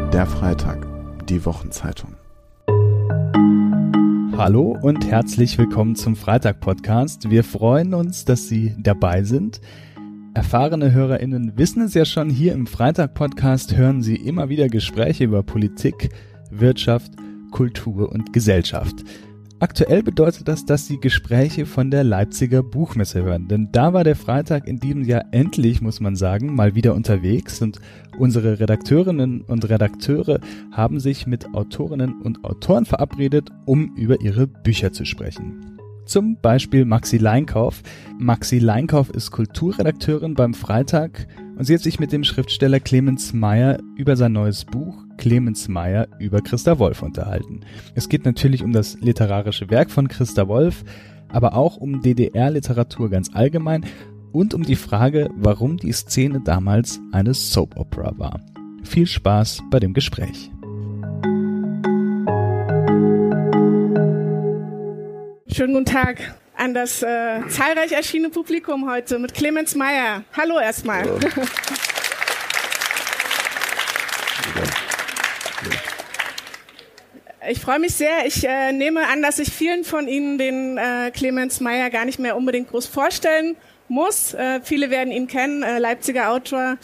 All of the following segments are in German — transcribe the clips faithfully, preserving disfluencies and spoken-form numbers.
Der Freitag, die Wochenzeitung. Hallo und herzlich willkommen zum Freitag-Podcast. Wir freuen uns, dass Sie dabei sind. Erfahrene HörerInnen wissen es ja schon, hier im Freitag-Podcast hören Sie immer wieder Gespräche über Politik, Wirtschaft, Kultur und Gesellschaft. Aktuell bedeutet das, dass Sie Gespräche von der Leipziger Buchmesse hören, denn da war der Freitag in diesem Jahr endlich, muss man sagen, mal wieder unterwegs und unsere Redakteurinnen und Redakteure haben sich mit Autorinnen und Autoren verabredet, um über ihre Bücher zu sprechen. Zum Beispiel Maxi Leinkauf. Maxi Leinkauf ist Kulturredakteurin beim Freitag und sie hat sich mit dem Schriftsteller Clemens Mayr über sein neues Buch Clemens Mayr über Christa Wolf unterhalten. Es geht natürlich um das literarische Werk von Christa Wolf, aber auch um D D R-Literatur ganz allgemein und um die Frage, warum die Szene damals eine Soap-Opera war. Viel Spaß bei dem Gespräch. Schönen guten Tag an das äh, zahlreich erschienene Publikum heute mit Clemens Mayr. Hallo erstmal. Ja. Ich freue mich sehr. Ich äh, nehme an, dass ich vielen von Ihnen den äh, Clemens Mayr gar nicht mehr unbedingt groß vorstellen muss. Äh, viele werden ihn kennen, äh, Leipziger Autor,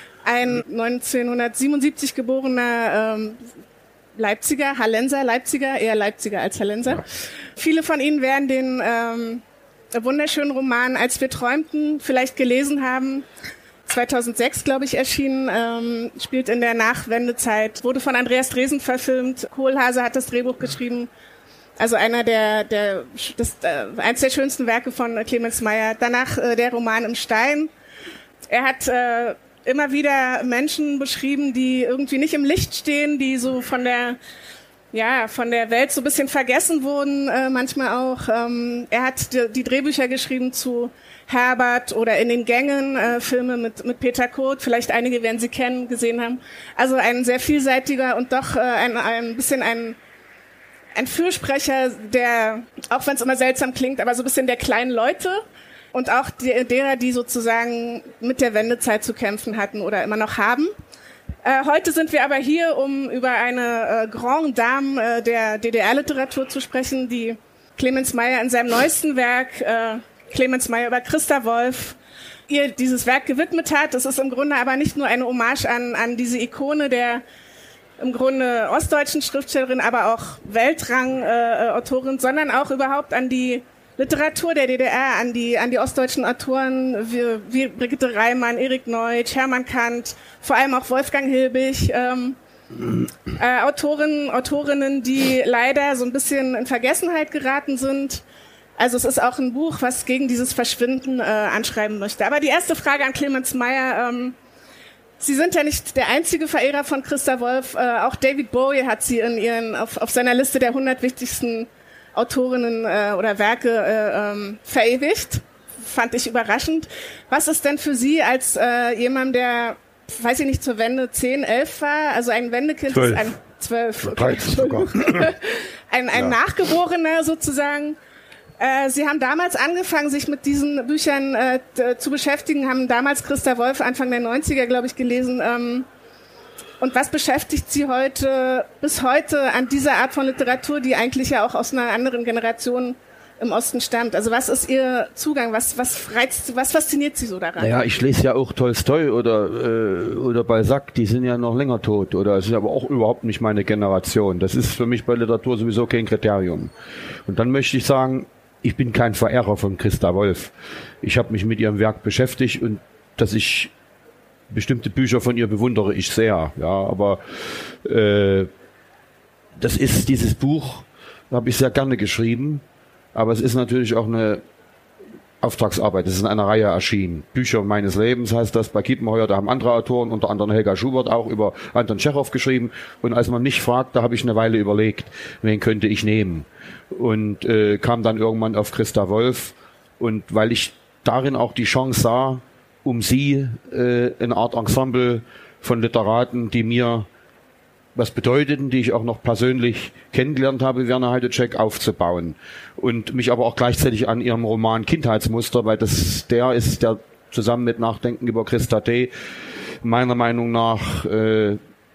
ein neunzehnhundertsiebenundsiebzig geborener ähm, Leipziger, Hallenser, Leipziger, eher Leipziger als Hallenser. Ja. Viele von Ihnen werden den ähm, wunderschönen Roman Als wir träumten vielleicht gelesen haben. zweitausendsechs, glaube ich, erschienen, ähm, spielt in der Nachwendezeit, wurde von Andreas Dresen verfilmt. Kohlhase hat das Drehbuch geschrieben. Also einer der, der das, äh, eins der schönsten Werke von äh, Clemens Mayr. Danach äh, der Roman Im Stein. Er hat äh, immer wieder Menschen beschrieben, die irgendwie nicht im Licht stehen, die so von der ja von der Welt so ein bisschen vergessen wurden, äh, manchmal auch. Ähm, er hat die, die Drehbücher geschrieben zu Herbert oder In den Gängen, äh, Filme mit mit Peter Kurt, vielleicht einige werden Sie kennen, gesehen haben. Also ein sehr vielseitiger und doch äh, ein, ein bisschen ein ein Fürsprecher, der, auch wenn es immer seltsam klingt, aber so ein bisschen der kleinen Leute und auch die, derer, die sozusagen mit der Wendezeit zu kämpfen hatten oder immer noch haben. Äh, heute sind wir aber hier, um über eine äh, Grande Dame äh, der D D R-Literatur zu sprechen, die Clemens Mayr in seinem neuesten Werk, äh, Clemens Mayr über Christa Wolf, ihr dieses Werk gewidmet hat. Das ist im Grunde aber nicht nur eine Hommage an, an diese Ikone der im Grunde ostdeutschen Schriftstellerin, aber auch Weltrang-Autorin, äh, sondern auch überhaupt an die Literatur der D D R, an die an die ostdeutschen Autoren wie, wie Brigitte Reimann, Erik Neutsch, Hermann Kant, vor allem auch Wolfgang Hilbig, ähm, äh, Autoren, Autorinnen, die leider so ein bisschen in Vergessenheit geraten sind. Also es ist auch ein Buch, was gegen dieses Verschwinden äh, anschreiben möchte. Aber die erste Frage an Clemens Mayr, ähm, Sie sind ja nicht der einzige Verehrer von Christa Wolf. Äh, auch David Bowie hat sie in ihren auf, auf seiner Liste der hundert wichtigsten Autorinnen äh, oder Werke äh, ähm, verewigt. Fand ich überraschend. Was ist denn für Sie als äh, jemand, der, weiß ich nicht, zur Wende zehn, elf war, also ein Wendekind, zwölf. Ist ein zwölf, okay, dreizehn sogar. ein, ein ja. Nachgeborener sozusagen. Sie haben damals angefangen, sich mit diesen Büchern äh, t- zu beschäftigen, haben damals Christa Wolf Anfang der neunziger, glaube ich, gelesen. Ähm, und was beschäftigt Sie heute, bis heute an dieser Art von Literatur, die eigentlich ja auch aus einer anderen Generation im Osten stammt? Also was ist Ihr Zugang? Was, was reizt, was fasziniert Sie so daran? Naja, ich lese ja auch Tolstoi oder, äh, oder Balzac, die sind ja noch länger tot. Oder es ist aber auch überhaupt nicht meine Generation. Das ist für mich bei Literatur sowieso kein Kriterium. Und dann möchte ich sagen, ich bin kein Verehrer von Christa Wolf. Ich habe mich mit ihrem Werk beschäftigt und dass ich bestimmte Bücher von ihr bewundere ich sehr. Ja, aber äh, das ist dieses Buch, habe ich sehr gerne geschrieben. Aber es ist natürlich auch eine Auftragsarbeit. Es ist in einer Reihe erschienen. Bücher meines Lebens heißt das. Bei Kiepenheuer, da haben andere Autoren, unter anderem Helga Schubert, auch über Anton Tschechow geschrieben. Und als man mich fragt, da habe ich eine Weile überlegt, wen könnte ich nehmen. Und äh, kam dann irgendwann auf Christa Wolf. Und weil ich darin auch die Chance sah, um sie äh, eine Art Ensemble von Literaten, die mir was bedeuteten, die ich auch noch persönlich kennengelernt habe, Werner Heidetschek, aufzubauen. Und mich aber auch gleichzeitig an ihrem Roman Kindheitsmuster, weil das der ist, der zusammen mit Nachdenken über Christa T. meiner Meinung nach äh,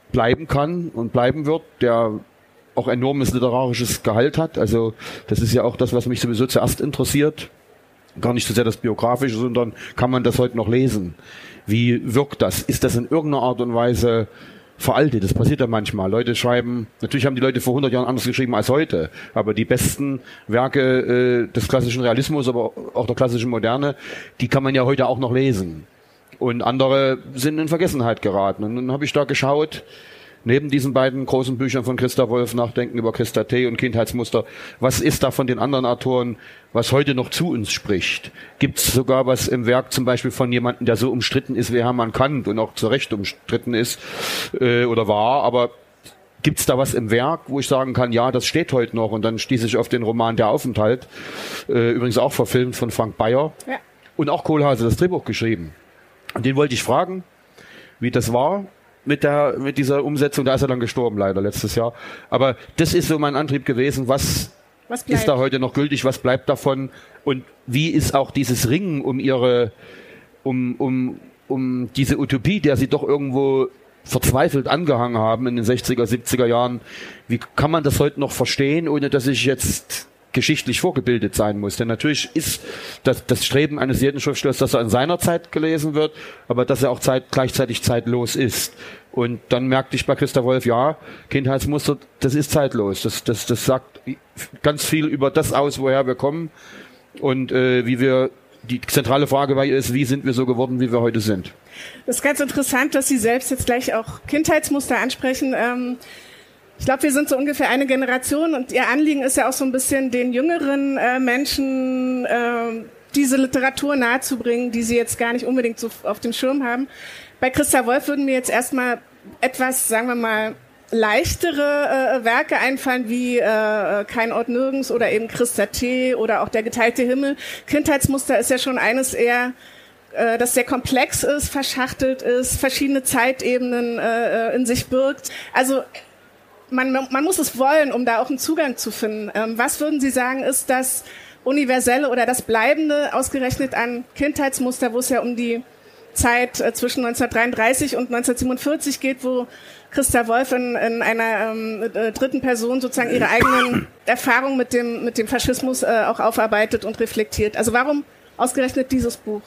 bleiben kann und bleiben wird, der auch enormes literarisches Gehalt hat. Also das ist ja auch das, was mich sowieso zuerst interessiert. Gar nicht so sehr das Biografische, sondern kann man das heute noch lesen? Wie wirkt das? Ist das in irgendeiner Art und Weise veraltet? Das passiert ja manchmal. Leute schreiben, natürlich haben die Leute vor hundert Jahren anders geschrieben als heute, aber die besten Werke äh, des klassischen Realismus, aber auch der klassischen Moderne, die kann man ja heute auch noch lesen. Und andere sind in Vergessenheit geraten. Und dann habe ich da geschaut, neben diesen beiden großen Büchern von Christa Wolf, Nachdenken über Christa T. und Kindheitsmuster, was ist da von den anderen Autoren, was heute noch zu uns spricht? Gibt es sogar was im Werk zum Beispiel von jemandem, der so umstritten ist wie Hermann Kant und auch zu Recht umstritten ist äh, oder war, aber gibt es da was im Werk, wo ich sagen kann, ja, das steht heute noch? Und dann stieß ich auf den Roman Der Aufenthalt, äh, übrigens auch verfilmt von Frank Bayer, ja. Und auch Kohlhase das Drehbuch geschrieben. Und den wollte ich fragen, wie das war mit der, mit dieser Umsetzung. Da ist er dann gestorben, leider, letztes Jahr. Aber das ist so mein Antrieb gewesen. Was, was ist da heute noch gültig? Was bleibt davon? Und wie ist auch dieses Ringen um ihre, um, um, um diese Utopie, der sie doch irgendwo verzweifelt angehangen haben in den sechziger, siebziger Jahren? Wie kann man das heute noch verstehen, ohne dass ich jetzt geschichtlich vorgebildet sein muss? Denn natürlich ist das, das Streben eines jeden Schriftstellers, dass er in seiner Zeit gelesen wird, aber dass er auch Zeit, gleichzeitig zeitlos ist. Und dann merkte ich bei Christa Wolf, ja, Kindheitsmuster, das ist zeitlos. Das, das, das sagt ganz viel über das aus, woher wir kommen und äh, wie wir, die zentrale Frage bei ihr ist, wie sind wir so geworden, wie wir heute sind. Das ist ganz interessant, dass Sie selbst jetzt gleich auch Kindheitsmuster ansprechen. Ähm Ich glaube, wir sind so ungefähr eine Generation und Ihr Anliegen ist ja auch so ein bisschen den jüngeren äh, Menschen äh, diese Literatur nahezubringen, die sie jetzt gar nicht unbedingt so auf dem Schirm haben. Bei Christa Wolf würden mir jetzt erstmal etwas, sagen wir mal, leichtere äh, Werke einfallen, wie äh, Kein Ort nirgends oder eben Christa T. oder auch Der geteilte Himmel. Kindheitsmuster ist ja schon eines eher, äh, das sehr komplex ist, verschachtelt ist, verschiedene Zeitebenen äh, in sich birgt. Also Man, man muss es wollen, um da auch einen Zugang zu finden. Ähm, was würden Sie sagen, ist das Universelle oder das Bleibende ausgerechnet an Kindheitsmuster, wo es ja um die Zeit äh, zwischen neunzehnhundertdreiunddreißig und neunzehnhundertsiebenundvierzig geht, wo Christa Wolf in, in einer ähm, äh, dritten Person sozusagen ihre eigenen Erfahrungen mit dem, mit dem Faschismus äh, auch aufarbeitet und reflektiert. Also warum ausgerechnet dieses Buch?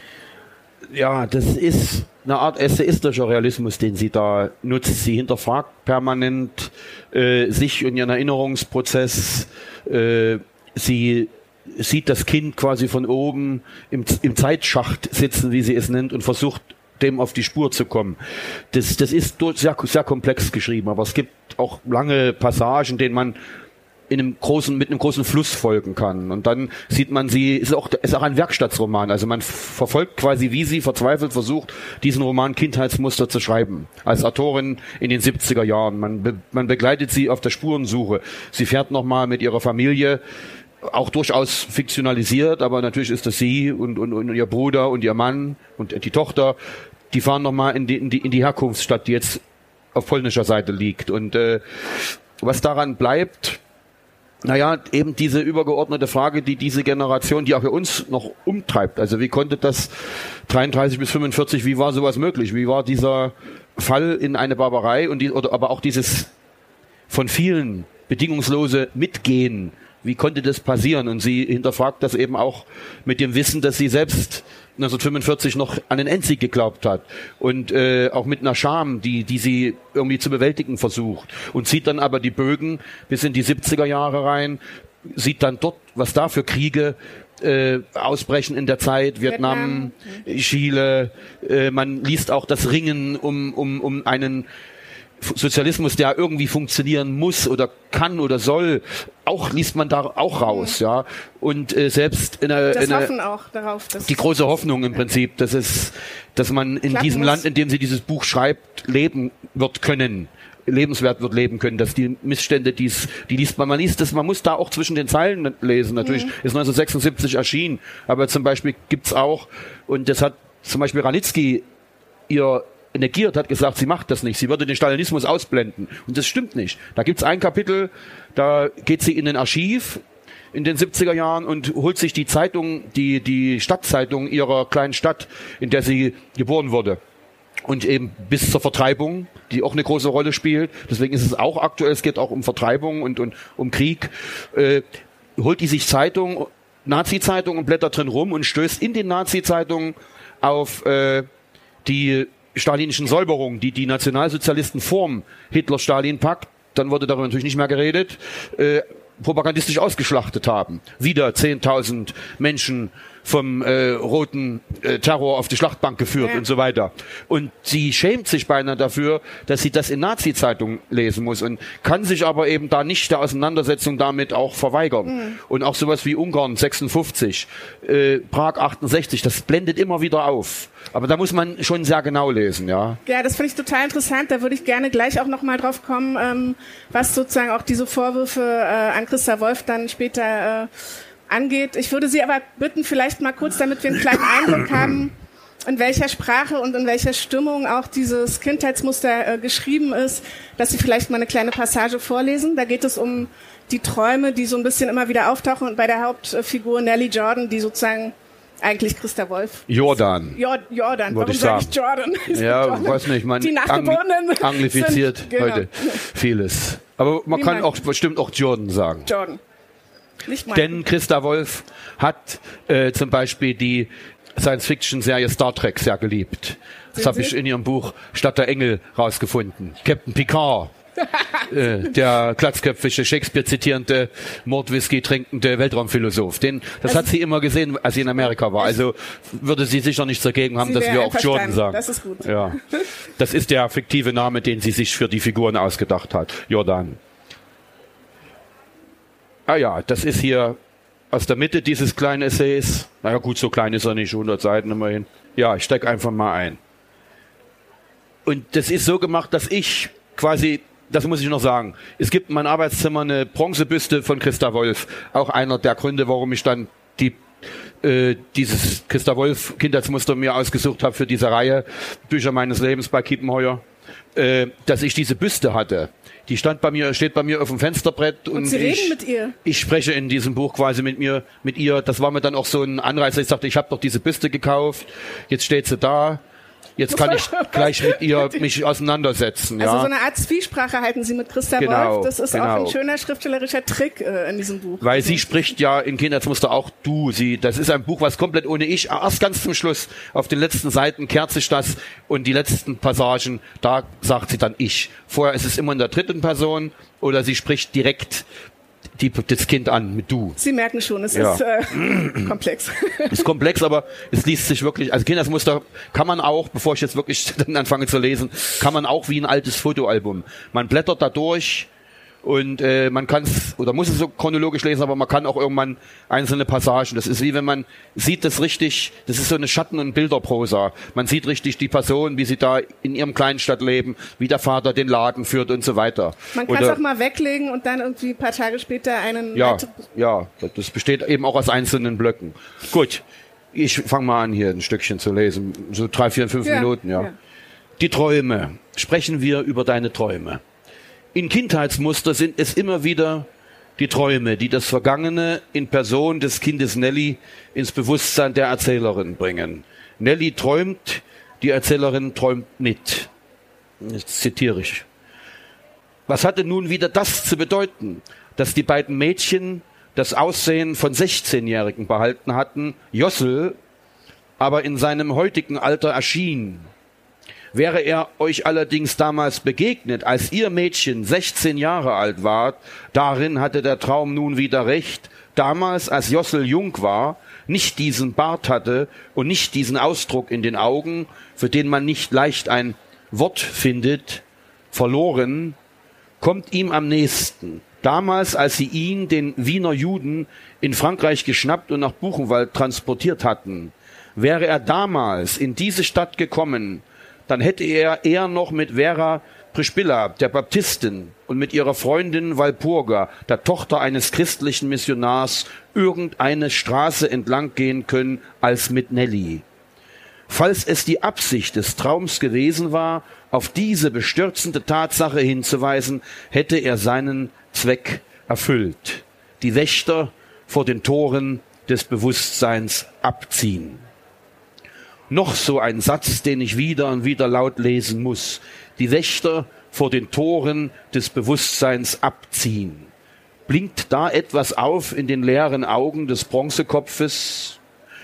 Ja, das ist eine Art essayistischer Realismus, den sie da nutzt. Sie hinterfragt permanent äh, sich und ihren Erinnerungsprozess. Äh, sie sieht das Kind quasi von oben im, im Zeitschacht sitzen, wie sie es nennt, und versucht, dem auf die Spur zu kommen. Das, das ist sehr, sehr komplex geschrieben, aber es gibt auch lange Passagen, denen man in einem großen, mit einem großen Fluss folgen kann. Und dann sieht man sie, ist auch, ist auch ein Werkstattsroman. Also man verfolgt quasi, wie sie verzweifelt versucht, diesen Roman Kindheitsmuster zu schreiben. Als Autorin in den siebziger Jahren. Man, be, man begleitet sie auf der Spurensuche. Sie fährt nochmal mit ihrer Familie, auch durchaus fiktionalisiert, aber natürlich ist das sie und, und, und ihr Bruder und ihr Mann und die Tochter, die fahren nochmal in die, in die, in die Herkunftsstadt, die jetzt auf polnischer Seite liegt. Und äh, was daran bleibt, naja, eben diese übergeordnete Frage, die diese Generation, die auch für uns noch umtreibt. Also wie konnte das dreiunddreißig bis fünfundvierzig, wie war sowas möglich? Wie war dieser Fall in eine Barbarei und die, oder aber auch dieses von vielen bedingungslose Mitgehen? Wie konnte das passieren? Und sie hinterfragt das eben auch mit dem Wissen, dass sie selbst neunzehnhundertfünfundvierzig noch an den Endsieg geglaubt hat und äh, auch mit einer Scham, die die sie irgendwie zu bewältigen versucht, und zieht dann aber die Bögen bis in die siebziger Jahre rein, sieht dann dort, was da für Kriege äh, ausbrechen in der Zeit, Vietnam, Vietnam. Chile, äh, man liest auch das Ringen um um um einen Sozialismus, der irgendwie funktionieren muss oder kann oder soll, auch liest man da auch raus, mhm. ja. Und äh, selbst in einer, das in einer Hoffen auch darauf, dass die große Hoffnung im Prinzip, dass es, dass man in diesem muss. Land, in dem sie dieses Buch schreibt, leben wird können, lebenswert wird leben können, dass die Missstände, die's, die liest man, man liest das, man muss da auch zwischen den Zeilen lesen. Natürlich mhm. ist neunzehnhundertsechsundsiebzig erschienen, aber zum Beispiel gibt's auch, und das hat zum Beispiel Ranitzky ihr negiert, hat gesagt, sie macht das nicht, sie würde den Stalinismus ausblenden. Und das stimmt nicht. Da gibt's ein Kapitel, da geht sie in den Archiv in den siebziger Jahren und holt sich die Zeitung, die, die Stadtzeitung ihrer kleinen Stadt, in der sie geboren wurde. und eben bis zur Vertreibung, die auch eine große Rolle spielt. Deswegen ist es auch aktuell, es geht auch um Vertreibung und, und um Krieg. Äh, holt die sich Zeitung, Nazi-Zeitungen und blättert drin rum und stößt in den Nazi-Zeitungen auf äh, die stalinischen Säuberungen, die die Nationalsozialisten vorm Hitler-Stalin-Pakt, dann wurde darüber natürlich nicht mehr geredet, äh, propagandistisch ausgeschlachtet haben. Wieder zehntausend Menschen vom äh, roten äh, Terror auf die Schlachtbank geführt ja. und so weiter. Und sie schämt sich beinahe dafür, dass sie das in Nazi-Zeitungen lesen muss und kann sich aber eben da nicht der Auseinandersetzung damit auch verweigern. Mhm. Und auch sowas wie Ungarn sechsundfünfzig, äh, Prag achtundsechzig, das blendet immer wieder auf. Aber da muss man schon sehr genau lesen, ja. Ja, das finde ich total interessant. Da würde ich gerne gleich auch nochmal drauf kommen, ähm, was sozusagen auch diese Vorwürfe äh, an Christa Wolf dann später äh, angeht. Ich würde Sie aber bitten, vielleicht mal kurz, damit wir einen kleinen Eindruck haben, in welcher Sprache und in welcher Stimmung auch dieses Kindheitsmuster äh, geschrieben ist, dass Sie vielleicht mal eine kleine Passage vorlesen. Da geht es um die Träume, die so ein bisschen immer wieder auftauchen und bei der Hauptfigur Nellie Jordan, die sozusagen eigentlich Christa Wolf. Jordan. Jord- Jordan. Warum sage ich Jordan? Ja, Jordan. weiß nicht, man die Nachgeborenen Angli- anglifiziert sind, genau. heute vieles. Aber man Wie kann man- auch bestimmt auch Jordan sagen. Jordan. Nicht mal. Denn Christa Wolf hat äh, zum Beispiel die Science-Fiction-Serie Star Trek sehr geliebt. Das habe ich in ihrem Buch Stadt der Engel rausgefunden. Captain Picard, äh, der glatzköpfige, Shakespeare zitierende, Mordwhisky trinkende Weltraumphilosoph. Den, das also, hat sie immer gesehen, als sie in Amerika war. Also würde sie sicher nichts dagegen haben, sie dass wir auch Jordan sagen. Das ist gut. Ja. Das ist der fiktive Name, den sie sich für die Figuren ausgedacht hat. Jordan. Ah ja, das ist hier aus der Mitte dieses kleinen Essays. Naja gut, so klein ist er nicht, hundert Seiten immerhin. Ja, ich steig einfach mal ein. Und das ist so gemacht, dass ich quasi, das muss ich noch sagen, es gibt in meinem Arbeitszimmer eine Bronzebüste von Christa Wolf. Auch einer der Gründe, warum ich dann die äh, dieses Christa Wolf Kindheitsmuster mir ausgesucht habe für diese Reihe Bücher meines Lebens bei Kiepenheuer, äh, dass ich diese Büste hatte. Die stand bei mir, steht bei mir auf dem Fensterbrett und, und Sie ich, reden mit ihr? Ich spreche in diesem Buch quasi mit mir, mit ihr. Das war mir dann auch so ein Anreiz. Ich sagte, ich habe doch diese Büste gekauft. Jetzt steht sie da. Jetzt kann ich gleich mit ihr mich auseinandersetzen. Also ja. so eine Art Zwiesprache halten Sie mit Christa Genau, Wolf. Das ist genau. auch ein schöner schriftstellerischer Trick äh, in diesem Buch. Weil sie spricht ja in Kindheitsmuster auch du. Sie, das ist ein Buch, was komplett ohne ich, erst ganz zum Schluss, auf den letzten Seiten kehrt sich das und die letzten Passagen, da sagt sie dann ich. Vorher ist es immer in der dritten Person oder sie spricht direkt die, das Kind an mit du. Sie merken schon, es Ja. ist äh, komplex. Ist komplex, aber es liest sich wirklich, also Kindheitsmuster kann man auch, bevor ich jetzt wirklich dann anfange zu lesen, kann man auch wie ein altes Fotoalbum. Man blättert da durch und äh, man kann es, oder muss es so chronologisch lesen, aber man kann auch irgendwann einzelne Passagen, das ist wie wenn man sieht das richtig, das ist so eine Schatten- und Bilderprosa. Man sieht richtig die Person, wie sie da in ihrem Kleinstadt leben, wie der Vater den Laden führt und so weiter. Man kann es auch mal weglegen und dann irgendwie ein paar Tage später einen... Ja, ja, das besteht eben auch aus einzelnen Blöcken. Gut, ich fange mal an, hier ein Stückchen zu lesen. So drei, vier, fünf Ja, Minuten, ja. ja. Die Träume. Sprechen wir über deine Träume. In Kindheitsmuster sind es immer wieder die Träume, die das Vergangene in Person des Kindes Nellie ins Bewusstsein der Erzählerin bringen. Nellie träumt, die Erzählerin träumt nicht. Jetzt zitiere ich. Was hatte nun wieder das zu bedeuten, dass die beiden Mädchen das Aussehen von sechzehnjährigen behalten hatten, Jossel aber in seinem heutigen Alter erschien? Wäre er euch allerdings damals begegnet, als ihr Mädchen sechzehn Jahre alt wart, darin hatte der Traum nun wieder recht, damals, als Jossel jung war, nicht diesen Bart hatte und nicht diesen Ausdruck in den Augen, für den man nicht leicht ein Wort findet, verloren, kommt ihm am nächsten. Damals, als sie ihn, den Wiener Juden, in Frankreich geschnappt und nach Buchenwald transportiert hatten. Wäre er damals in diese Stadt gekommen, dann hätte er eher noch mit Vera Prispilla, der Baptistin, und mit ihrer Freundin Walpurga, der Tochter eines christlichen Missionars, irgendeine Straße entlang gehen können, als mit Nellie. Falls es die Absicht des Traums gewesen war, auf diese bestürzende Tatsache hinzuweisen, hätte er seinen Zweck erfüllt. Die Wächter vor den Toren des Bewusstseins abziehen. Noch so ein Satz, den ich wieder und wieder laut lesen muss. Die Wächter vor den Toren des Bewusstseins abziehen. Blinkt da etwas auf in den leeren Augen des Bronzekopfes?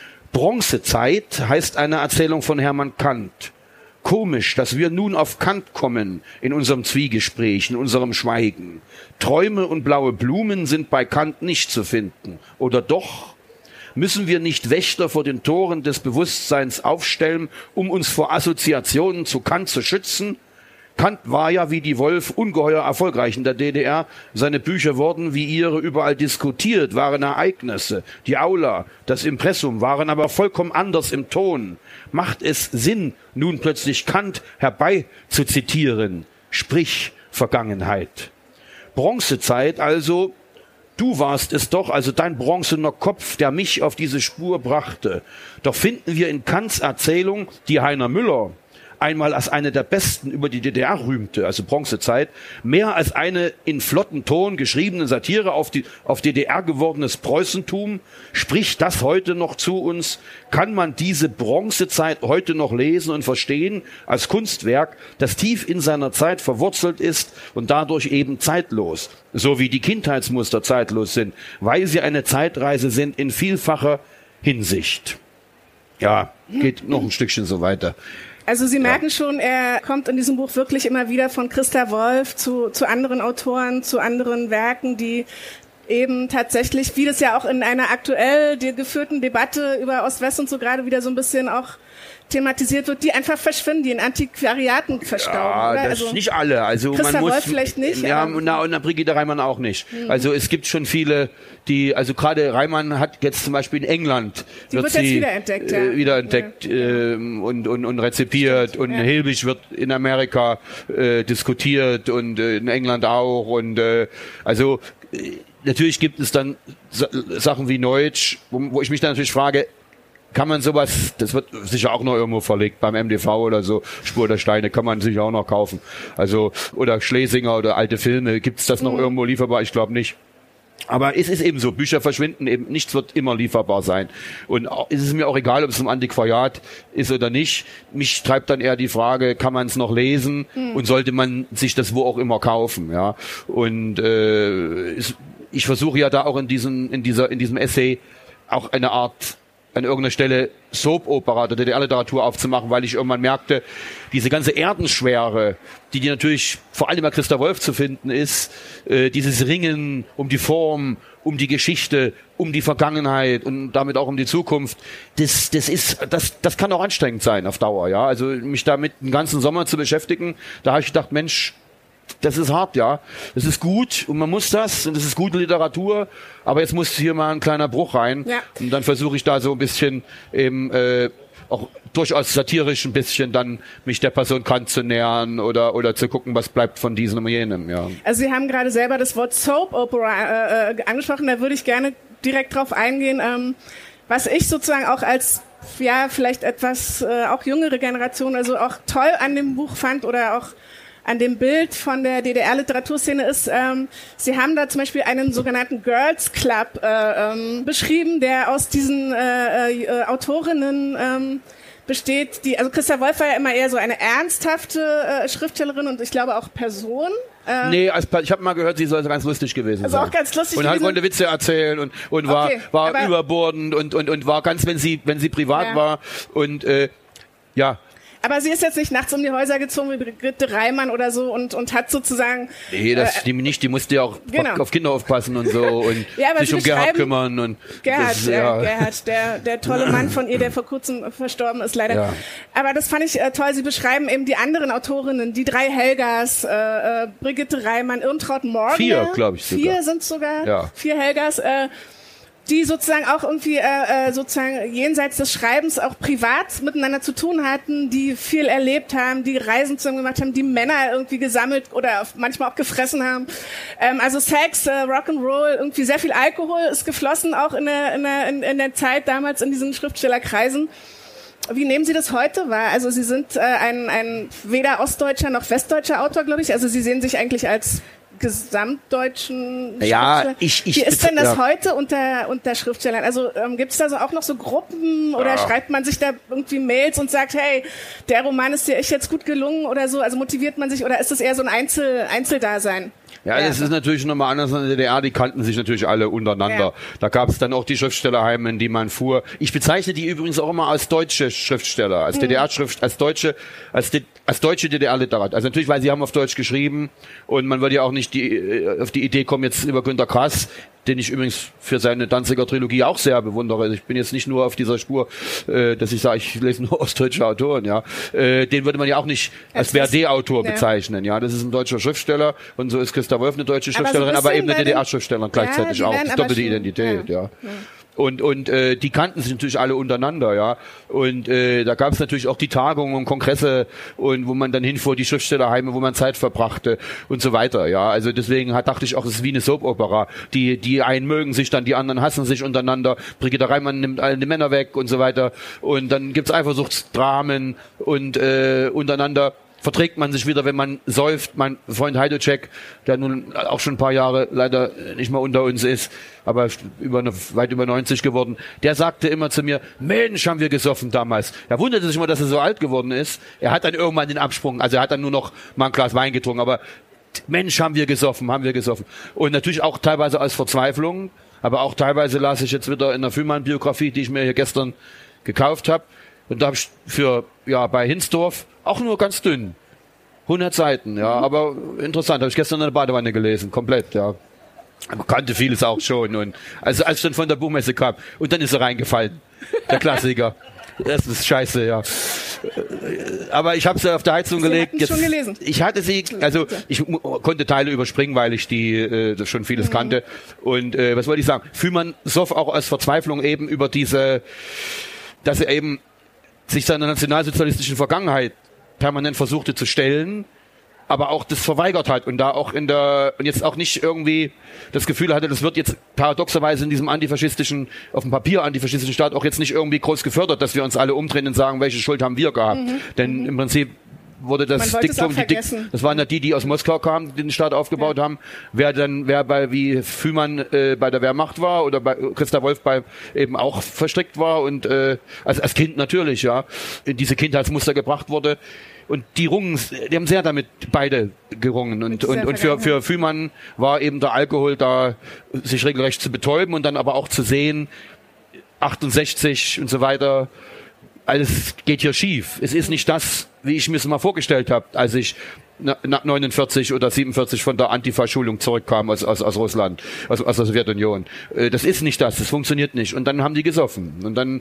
Bronzezeit heißt eine Erzählung von Hermann Kant. Komisch, dass wir nun auf Kant kommen in unserem Zwiegespräch, in unserem Schweigen. Träume und blaue Blumen sind bei Kant nicht zu finden. Oder doch? Müssen wir nicht Wächter vor den Toren des Bewusstseins aufstellen, um uns vor Assoziationen zu Kant zu schützen? Kant war ja wie die Wolf ungeheuer erfolgreich in der D D R. Seine Bücher wurden wie ihre überall diskutiert, waren Ereignisse. Die Aula, das Impressum waren aber vollkommen anders im Ton. Macht es Sinn, nun plötzlich Kant herbeizuzitieren? Sprich Vergangenheit. Bronzezeit also. Du warst es doch, also dein bronzener Kopf, der mich auf diese Spur brachte. Doch finden wir in Kants Erzählung, die Heiner Müller einmal als eine der besten über die D D R rühmte, also Bronzezeit, mehr als eine in flotten Ton geschriebene Satire auf die auf D D R gewordenes Preußentum. Spricht das heute noch zu uns? Kann man diese Bronzezeit heute noch lesen und verstehen als Kunstwerk, das tief in seiner Zeit verwurzelt ist und dadurch eben zeitlos, so wie die Kindheitsmuster zeitlos sind, weil sie eine Zeitreise sind in vielfacher Hinsicht. Ja, geht noch ein Stückchen so weiter. Also Sie merken ja. schon, er kommt in diesem Buch wirklich immer wieder von Christa Wolf zu, zu anderen Autoren, zu anderen Werken, die eben tatsächlich, wie das ja auch in einer aktuell geführten Debatte über Ost-West und so gerade wieder so ein bisschen auch thematisiert wird, die einfach verschwinden, die in Antiquariaten verstauben. Ja, oder? das Also nicht alle. Also Christa man muss, Wolf vielleicht nicht. Ja, aber na, und na, Brigitte Reimann auch nicht. Mhm. Also es gibt schon viele, die, also gerade Reimann hat jetzt zum Beispiel in England die wird, wird sie jetzt wiederentdeckt, ja. äh, wiederentdeckt ja. äh, und, und, und rezipiert. Stimmt, und ja. Hilbig wird in Amerika äh, diskutiert und äh, in England auch. Und äh, also äh, natürlich gibt es dann Sa- Sachen wie Neutsch, wo, wo ich mich dann natürlich frage, kann man sowas, das wird sicher auch noch irgendwo verlegt, beim M D V oder so, Spur der Steine, kann man sicher auch noch kaufen. Also, oder Schlesinger oder alte Filme, gibt's das noch mhm. irgendwo lieferbar? Ich glaube nicht. Aber es ist eben so, Bücher verschwinden eben, nichts wird immer lieferbar sein. Und es ist mir auch egal, ob es ein Antiquariat ist oder nicht. Mich treibt dann eher die Frage, kann man es noch lesen mhm. und sollte man sich das wo auch immer kaufen, ja. Und äh, es, ich versuche ja da auch in diesem, in dieser, in diesem Essay auch eine Art, an irgendeiner Stelle Soap-Opera oder D D R-Literatur aufzumachen, weil ich irgendwann merkte, diese ganze Erdenschwere, die, die natürlich vor allem bei Christa Wolf zu finden ist, äh, dieses Ringen um die Form, um die Geschichte, um die Vergangenheit und damit auch um die Zukunft, das, das ist, das, das kann auch anstrengend sein auf Dauer, ja. Also mich damit den ganzen Sommer zu beschäftigen, da habe ich gedacht, Mensch, das ist hart, ja. Das ist gut und man muss das und das ist gute Literatur, aber jetzt muss hier mal ein kleiner Bruch rein. Ja. Und dann versuche ich da so ein bisschen eben äh, auch durchaus satirisch ein bisschen dann mich der Person Kant zu nähern oder oder zu gucken, was bleibt von diesem und jenem, ja. Also Sie haben gerade selber das Wort Soap Opera äh, angesprochen, da würde ich gerne direkt drauf eingehen, ähm, was ich sozusagen auch als ja vielleicht etwas äh, auch jüngere Generation also auch toll an dem Buch fand oder auch an dem Bild von der D D R-Literaturszene ist, ähm, Sie haben da zum Beispiel einen sogenannten Girls Club äh, ähm, beschrieben, der aus diesen äh, äh, Autorinnen ähm, besteht, die, also Christa Wolf war ja immer eher so eine ernsthafte äh, Schriftstellerin und ich glaube auch Person. Äh, nee, als, ich habe mal gehört, sie soll ganz lustig gewesen also sein. Also auch ganz lustig. Und halt konnte Witze erzählen und, und war, okay, war überbordend und, und, und war ganz, wenn sie, wenn sie privat ja. war und äh, ja. Aber sie ist jetzt nicht nachts um die Häuser gezogen wie Brigitte Reimann oder so und, und hat sozusagen... Nee, das äh, die nicht. Die musste ja auch genau. auf Kinder aufpassen und so und ja, sich um Gerhard kümmern. Und Gerhard, das, ja. ja. Gerhard der, der tolle Mann von ihr, der vor kurzem verstorben ist, leider. Ja. Aber das fand ich äh, toll. Sie beschreiben eben die anderen Autorinnen, die drei Helgas, äh, äh, Brigitte Reimann, Irmtraut Morgen. Vier, glaube ich sogar. Vier sind sogar. Ja. Vier Helgas. Äh, die sozusagen auch irgendwie äh, sozusagen jenseits des Schreibens auch privat miteinander zu tun hatten, die viel erlebt haben, die Reisen zusammen gemacht haben, die Männer irgendwie gesammelt oder manchmal auch gefressen haben. Ähm, also Sex, äh, Rock'n'Roll, irgendwie sehr viel Alkohol ist geflossen, auch in der, in der, in, in der Zeit damals in diesen Schriftstellerkreisen. Wie nehmen Sie das heute wahr? Also Sie sind äh, ein, ein weder ostdeutscher noch westdeutscher Autor, glaube ich. Also Sie sehen sich eigentlich als gesamtdeutschen ja, Schriftsteller. ich, ich Wie ist denn das ja. heute unter, unter Schriftstellern? Also ähm, gibt es da so auch noch so Gruppen oder ja. schreibt man sich da irgendwie Mails und sagt, hey, der Roman ist dir echt jetzt gut gelungen oder so? Also motiviert man sich oder ist das eher so ein Einzel, Einzeldasein? Ja, ja, das ist natürlich nochmal anders in der D D R, die kannten sich natürlich alle untereinander. Ja. Da gab es dann auch die Schriftstellerheime, in die man fuhr. Ich bezeichne die übrigens auch immer als deutsche Schriftsteller, als mhm. D D R-Schrift, als deutsche, als, als deutsche D D R-Literat. Also natürlich, weil sie haben auf Deutsch geschrieben und man würde ja auch nicht die, auf die Idee kommen, jetzt über Günter Grass, den ich übrigens für seine Danziger Trilogie auch sehr bewundere. Ich bin jetzt nicht nur auf dieser Spur, äh, dass ich sage, ich lese nur ostdeutsche Autoren, ja. Äh, den würde man ja auch nicht als B R D-Autor ja. bezeichnen, ja. Das ist ein deutscher Schriftsteller und so ist Christa Wolf eine deutsche Schriftstellerin, aber, so aber eben eine D D R-Schriftstellerin gleichzeitig ja, auch. Das doppelte Identität, ja. ja. ja. Und und äh, die kannten sich natürlich alle untereinander, ja. Und äh, da gab es natürlich auch die Tagungen und Kongresse und wo man dann hinfuhr, die Schriftstellerheime, wo man Zeit verbrachte und so weiter, ja. Also deswegen hat, dachte ich auch, es ist wie eine Soap-Opera. Die die einen mögen sich dann, die anderen hassen sich untereinander. Brigitte Reimann nimmt alle die Männer weg und so weiter. Und dann gibt's Eifersuchtsdramen und äh, untereinander. Verträgt man sich wieder, wenn man säuft. Mein Freund Heidocek, der nun auch schon ein paar Jahre leider nicht mehr unter uns ist, aber über eine, weit über neunzig geworden, der sagte immer zu mir, Mensch, haben wir gesoffen damals. Er wunderte sich immer, dass er so alt geworden ist. Er hat dann irgendwann den Absprung, also er hat dann nur noch mal ein Glas Wein getrunken, aber Mensch, haben wir gesoffen, haben wir gesoffen. Und natürlich auch teilweise aus Verzweiflung, aber auch teilweise las ich jetzt wieder in der Füllmann-Biografie, die ich mir hier gestern gekauft habe. Und da habe ich für, ja, bei Hinsdorf auch nur ganz dünn. hundert Seiten, ja, aber interessant. Habe ich gestern in der Badewanne gelesen, komplett, ja. Man kannte vieles auch schon. Und also als ich dann von der Buchmesse kam, und dann ist er reingefallen. Der Klassiker. Das ist scheiße, ja. Aber ich habe sie auf der Heizung sie gelegt. Jetzt, schon gelesen. Ich hatte sie, also ich konnte Teile überspringen, weil ich die äh, schon vieles mhm. kannte. Und äh, was wollte ich sagen? Fühlmann soff auch aus Verzweiflung eben über diese, dass er eben sich seiner nationalsozialistischen Vergangenheit permanent versuchte zu stellen, aber auch das verweigert hat und da auch in der, und jetzt auch nicht irgendwie das Gefühl hatte, das wird jetzt paradoxerweise in diesem antifaschistischen, auf dem Papier antifaschistischen Staat auch jetzt nicht irgendwie groß gefördert, dass wir uns alle umdrehen und sagen, welche Schuld haben wir gehabt. Mhm. Denn mhm. im Prinzip wurde das Diktum, die Dik das waren ja die, die aus Moskau kamen, die den Staat aufgebaut ja. haben. Wer dann, wer bei, wie Fühlmann äh, bei der Wehrmacht war oder bei Christa Wolf bei eben auch verstrickt war und äh, also als Kind natürlich, ja, in diese Kindheitsmuster gebracht wurde. Und die rungen, die haben sehr damit beide gerungen. Und, und, und für, für Fühlmann war eben der Alkohol da, sich regelrecht zu betäuben und dann aber auch zu sehen, achtundsechzig und so weiter, alles geht hier schief. Es ist nicht das, wie ich mir es mal vorgestellt habe, als ich neunundvierzig oder siebenundvierzig von der Antifa-Schulung zurückkam aus, aus, aus Russland, aus, aus der Sowjetunion. Das ist nicht das, das funktioniert nicht. Und dann haben die gesoffen. Und dann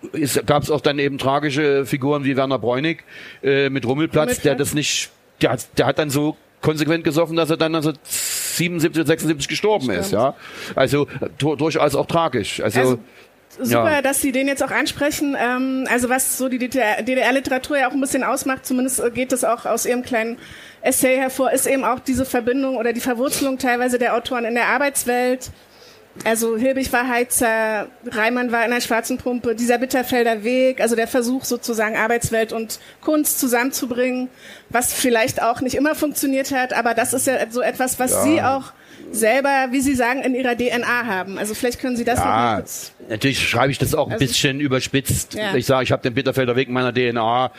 gab es auch dann eben tragische Figuren wie Werner Bräunig äh, mit Rummelplatz, Rummelplatz, der das nicht, der hat, der hat dann so konsequent gesoffen, dass er dann also siebenundsiebzig oder sechsundsiebzig gestorben Stimmt. ist. Ja, also durchaus auch tragisch. Also, also super, ja. dass Sie den jetzt auch ansprechen. Ähm, also was so die D D R-Literatur ja auch ein bisschen ausmacht, zumindest geht es auch aus Ihrem kleinen Essay hervor, ist eben auch diese Verbindung oder die Verwurzelung teilweise der Autoren in der Arbeitswelt. Also Hilbig war Heizer, Reimann war in der Schwarzen Pumpe, dieser Bitterfelder Weg, also der Versuch sozusagen Arbeitswelt und Kunst zusammenzubringen, was vielleicht auch nicht immer funktioniert hat, aber das ist ja so etwas, was ja. Sie auch selber, wie Sie sagen, in Ihrer D N A haben. Also vielleicht können Sie das ja, noch mal kurz... Natürlich schreibe ich das auch ein also, bisschen überspitzt. Ja. Ich sage, ich habe den Bitterfelder Weg in meiner D N A,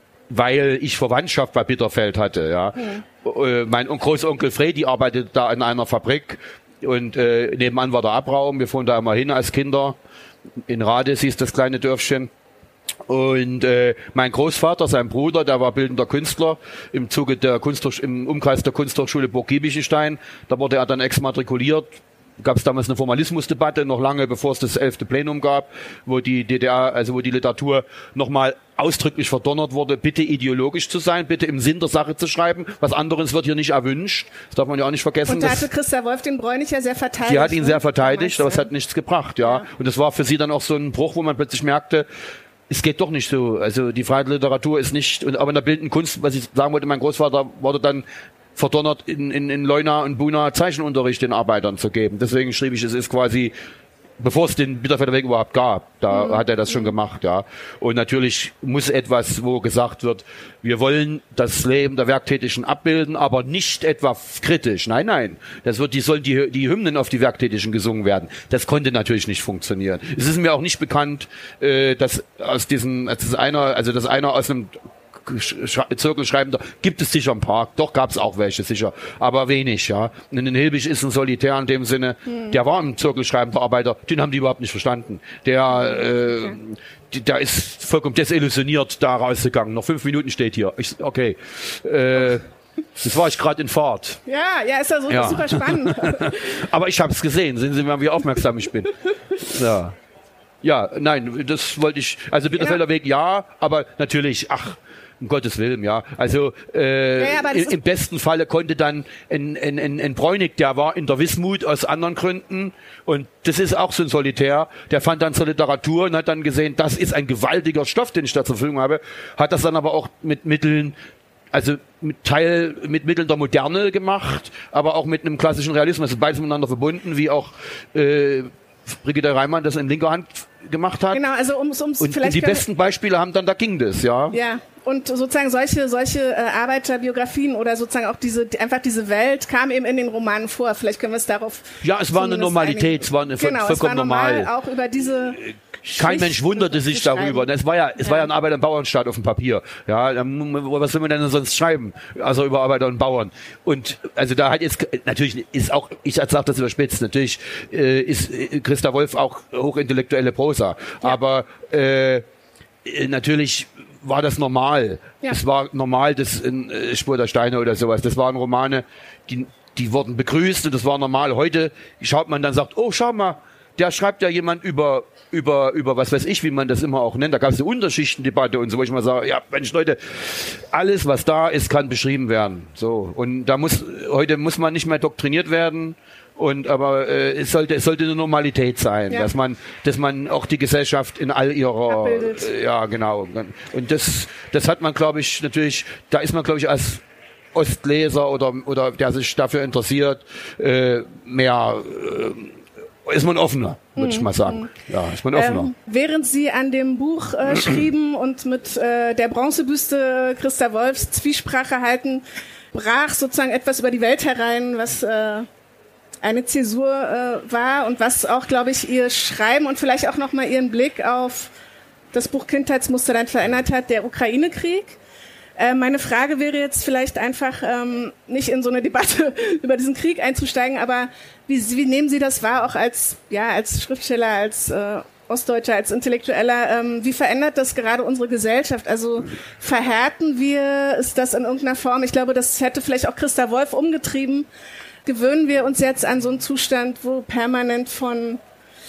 weil ich Verwandtschaft bei Bitterfeld hatte. Ja. ja. Mein Großonkel Fredi arbeitet da in einer Fabrik und äh, nebenan war der Abraum. Wir fuhren da immer hin als Kinder. In Rades hieß das kleine Dörfchen. Und äh, mein Großvater, sein Bruder, der war bildender Künstler im Zuge der Kunsthoch- im Umkreis der Kunsthochschule Burg Giebichenstein. Da wurde er dann exmatrikuliert. Gab es damals eine Formalismusdebatte, noch lange bevor es das elfte Plenum gab, wo die D D R, also wo die Literatur nochmal ausdrücklich verdonnert wurde, bitte ideologisch zu sein, bitte im Sinn der Sache zu schreiben. Was anderes wird hier nicht erwünscht. Das darf man ja auch nicht vergessen. Und da hatte Christa Wolf den Bräunig ja sehr verteidigt. Sie hat ihn ne? sehr verteidigt, aber es hat nichts gebracht, ja. ja. Und das war für sie dann auch so ein Bruch, wo man plötzlich merkte, es geht doch nicht so. Also die freie Literatur ist nicht, und aber in der bildenden Kunst, was ich sagen wollte, mein Großvater wurde dann verdonnert, in, in, in Leuna und Buna Zeichenunterricht den Arbeitern zu geben. Deswegen schrieb ich, es ist quasi bevor es den Bitterfelder Weg überhaupt gab, da mhm. hat er das schon gemacht, ja. Und natürlich muss etwas, wo gesagt wird, wir wollen das Leben der Werktätigen abbilden, aber nicht etwa kritisch. Nein, nein. Das wird, die sollen die, die Hymnen auf die Werktätigen gesungen werden. Das konnte natürlich nicht funktionieren. Es ist mir auch nicht bekannt, äh, dass aus diesen, als einer, also dass einer aus einem Zirkelschreibender, gibt es sicher ein paar, doch gab es auch welche sicher, aber wenig, ja. Und ein Hilbig ist ein Solitär in dem Sinne, hm. der war ein Zirkelschreibender Arbeiter, den haben die überhaupt nicht verstanden. Der, äh, okay. die, der ist vollkommen desillusioniert da rausgegangen. Noch fünf Minuten steht hier. Ich, okay. Äh, das war ich gerade in Fahrt. Ja, ja, ist ja so ja. super spannend. Aber ich habe es gesehen, sehen Sie mal, wie aufmerksam ich bin. Ja. Ja, nein, das wollte ich, also Bitterfelder ja. Weg ja, aber natürlich, ach, um Gottes Willen, ja. Also äh, ja, ja, im, im besten Falle konnte dann ein, ein, ein, ein Bräunig, der war in der Wismut aus anderen Gründen und das ist auch so ein Solitär, der fand dann zur Literatur und hat dann gesehen, das ist ein gewaltiger Stoff, den ich da zur Verfügung habe, hat das dann aber auch mit Mitteln, also mit Teil mit Mitteln der Moderne gemacht, aber auch mit einem klassischen Realismus, also beides miteinander verbunden, wie auch äh, Brigitte Reimann das in linker Hand gemacht hat. Genau, also ums, ums und vielleicht die besten Beispiele haben dann, da ging das, ja. Ja, und sozusagen solche solche äh, Arbeiterbiografien oder sozusagen auch diese einfach diese Welt kam eben in den Romanen vor. Vielleicht können wir es darauf. Ja, es war eine Normalität, einigen. es war eine genau, vollkommen es war normal, normal. Auch über diese. Kein Mensch wunderte sich darüber. Es war ja, es ja. war ja ein Arbeiter- und Bauernstaat auf dem Papier. Ja, was will man denn sonst schreiben? Also über Arbeiter und Bauern. Und also da hat jetzt natürlich ist auch, ich sage das überspitzt, natürlich äh, ist Christa Wolf auch hochintellektuelle Prosa. Ja. Aber äh, natürlich war das normal. Ja. Es war normal, das in äh, Spur der Steine oder sowas. Das waren Romane, die die wurden begrüßt und das war normal. Heute schaut man dann, sagt, oh, schau mal, der schreibt ja jemand über, über, über, was weiß ich, wie man das immer auch nennt. Da gab es eine Unterschichtendebatte und so, wo ich mal sage, ja, Mensch, Leute, alles, was da ist, kann beschrieben werden. So. Und da muss, heute muss man nicht mehr doktriniert werden. Und, aber, äh, es sollte, es sollte eine Normalität sein, ja. dass man, dass man auch die Gesellschaft in all ihrer, äh, ja, genau. Und das, das hat man, glaube ich, natürlich, da ist man, glaube ich, als Ostleser oder, oder der sich dafür interessiert, äh, mehr, äh, ist man offener, würde ich mal sagen. Ja, ist man offener. Ähm, während Sie an dem Buch äh, schrieben und mit äh, der Bronzebüste Christa Wolfs Zwiesprache halten, brach sozusagen etwas über die Welt herein, was äh, eine Zäsur äh, war und was auch, glaube ich, Ihr Schreiben und vielleicht auch nochmal Ihren Blick auf das Buch Kindheitsmuster dann verändert hat, der Ukraine-Krieg. Äh, meine Frage wäre jetzt vielleicht einfach, ähm, nicht in so eine Debatte über diesen Krieg einzusteigen, aber wie, wie nehmen Sie das wahr, auch als, ja, als Schriftsteller, als äh, Ostdeutscher, als Intellektueller? Ähm, wie verändert das gerade unsere Gesellschaft? Also verhärten wir, ist das in irgendeiner Form? Ich glaube, das hätte vielleicht auch Christa Wolf umgetrieben. Gewöhnen wir uns jetzt an so einen Zustand, wo permanent von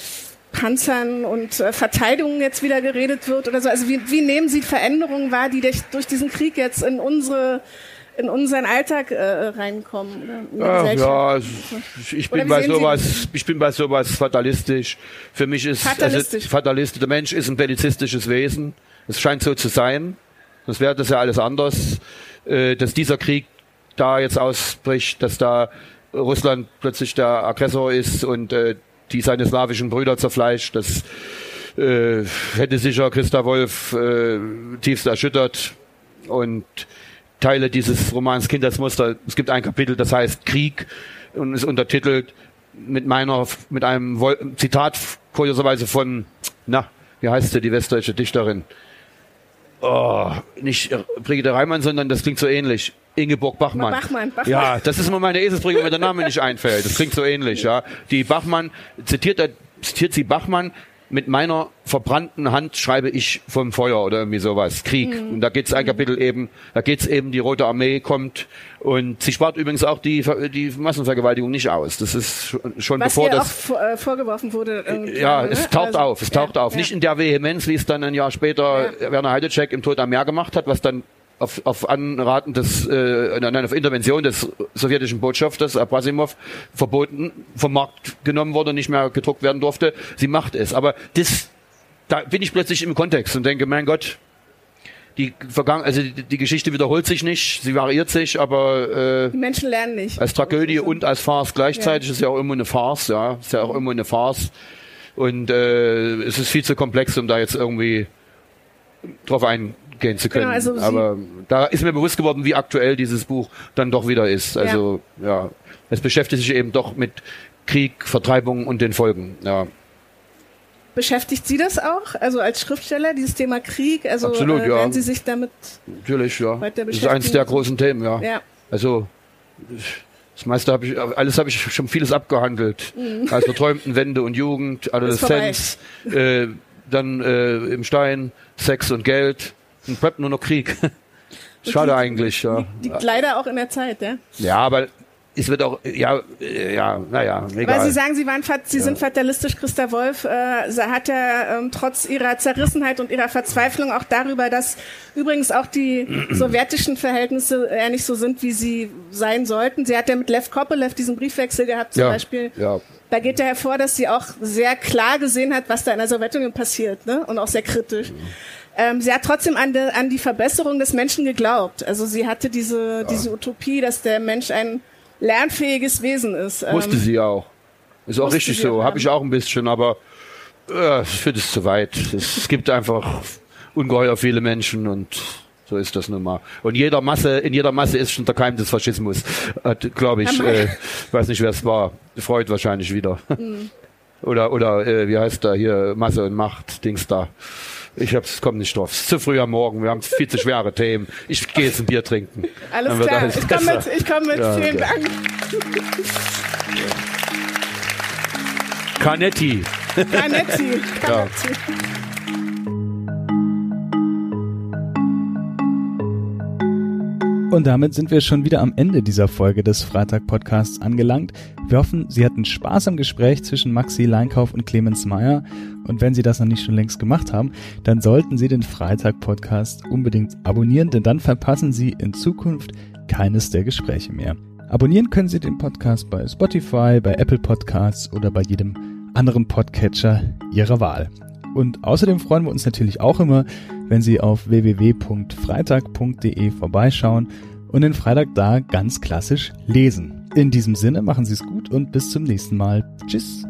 Panzern und äh, Verteidigungen jetzt wieder geredet wird oder so? Also wie, wie nehmen Sie Veränderungen wahr, die durch, durch diesen Krieg jetzt in unsere in unseren Alltag äh, reinkommen? Oder in ja, ja, ich bin bei sowas, ich bin bei sowas fatalistisch. Für mich ist fatalistisch. Also, fatalistisch. Der Mensch ist ein bellizistisches Wesen. Es scheint so zu sein. Sonst wäre das ja alles anders. Äh, dass dieser Krieg da jetzt ausbricht, dass da Russland plötzlich der Aggressor ist und äh, die seine slawischen Brüder zerfleischt, das äh, hätte sicher Christa Wolf äh, tiefst erschüttert. Und Teile dieses Romans Kindheitsmuster, es gibt ein Kapitel, das heißt Krieg und ist untertitelt mit meiner, mit einem Vol- Zitat kurioserweise von, na, wie heißt sie, die westdeutsche Dichterin? Oh, nicht Brigitte Reimann, sondern das klingt so ähnlich. Ingeborg Bachmann. Bachmann, Bachmann. Ja, das ist immer meine Eselsbrücke, wenn mir der Name nicht einfällt. Das klingt so ähnlich, ja. Die Bachmann, zitiert, zitiert sie Bachmann, mit meiner verbrannten Hand schreibe ich vom Feuer oder irgendwie sowas. Krieg. Mhm. Und da geht's ein Kapitel eben, da geht's eben, die Rote Armee kommt und sie spart übrigens auch die, die Massenvergewaltigung nicht aus. Das ist schon, schon Was bevor ihr das... auch vor, äh, vorgeworfen wurde. Ja, es taucht also, auf, es taucht ja, auf. Ja. Nicht in der Vehemenz, wie es dann ein Jahr später ja. Werner Heidetschek im Tod am Meer gemacht hat, was dann auf, auf Anraten des, äh, nein, auf Intervention des sowjetischen Botschafters Abrasimov verboten, vom Markt genommen wurde, nicht mehr gedruckt werden durfte. Sie macht es. Aber das, da bin ich plötzlich im Kontext und denke, mein Gott, die Vergangen, also die, die Geschichte wiederholt sich nicht, sie variiert sich, aber äh, die Menschen lernen nicht. Als Tragödie und als Farce gleichzeitig, ja. Ist ja auch immer eine Farce, ja, ist ja auch immer eine Farce. Und äh, es ist viel zu komplex, um da jetzt irgendwie drauf eingehen zu können. Genau, also aber da ist mir bewusst geworden, wie aktuell dieses Buch dann doch wieder ist. Also ja, ja es beschäftigt sich eben doch mit Krieg, Vertreibung und den Folgen. Ja. Beschäftigt Sie das auch? Also als Schriftsteller, dieses Thema Krieg? Also Absolut, äh, ja. werden Sie sich damit Natürlich, ja. weiter beschäftigen? Das ist eines der großen Themen, ja. ja. Also das meiste habe ich, alles habe ich schon vieles abgehandelt. Mhm. Als verträumten Wende und Jugend, Adoleszenz, äh, dann äh, im Stein, Sex und Geld und bleibt nur noch Krieg. Schade eigentlich, ja. Liegt leider auch in der Zeit, ja? Ja, aber es wird auch, ja, ja, naja, egal. Weil Sie sagen, Sie, waren, Sie ja. sind fatalistisch. Christa Wolf äh, hat ja ähm, trotz ihrer Zerrissenheit und ihrer Verzweiflung auch darüber, dass übrigens auch die sowjetischen Verhältnisse eher nicht so sind, wie sie sein sollten. Sie hat ja mit Lev Kopelev diesen Briefwechsel gehabt zum ja. Beispiel. Ja. Da geht ja hervor, dass sie auch sehr klar gesehen hat, was da in der Sowjetunion passiert, ne? Und auch sehr kritisch. Mhm. Ähm, sie hat trotzdem an, de, an die Verbesserung des Menschen geglaubt. Also sie hatte diese, ja. diese Utopie, dass der Mensch ein lernfähiges Wesen ist. Musste ähm, sie auch. Ist auch richtig so. Habe ich auch ein bisschen, aber äh, ich finde es zu weit. Es, es gibt einfach ungeheuer viele Menschen und so ist das nun mal. Und jeder Masse, in jeder Masse ist schon der Keim des Faschismus. Glaube ich. Äh, weiß nicht, wer es war. Freud wahrscheinlich wieder. Mhm. Oder, oder äh, wie heißt da hier? Masse und Macht, Dings da. Ich hab's, komm nicht drauf. Es ist zu früh am Morgen. Wir haben viel zu schwere Themen. Ich gehe jetzt ein Bier trinken. Alles klar. Ich komme mit. Ich komme mit. Ja, Vielen okay. Dank. Canetti. Canetti. Canetti. Ja. Und damit sind wir schon wieder am Ende dieser Folge des Freitag-Podcasts angelangt. Wir hoffen, Sie hatten Spaß am Gespräch zwischen Maxi Leinkauf und Clemens Meyer. Und wenn Sie das noch nicht schon längst gemacht haben, dann sollten Sie den Freitag-Podcast unbedingt abonnieren, denn dann verpassen Sie in Zukunft keines der Gespräche mehr. Abonnieren können Sie den Podcast bei Spotify, bei Apple Podcasts oder bei jedem anderen Podcatcher Ihrer Wahl. Und außerdem freuen wir uns natürlich auch immer, wenn Sie auf w w w punkt freitag punkt d e vorbeischauen und den Freitag da ganz klassisch lesen. In diesem Sinne machen Sie es gut und bis zum nächsten Mal. Tschüss.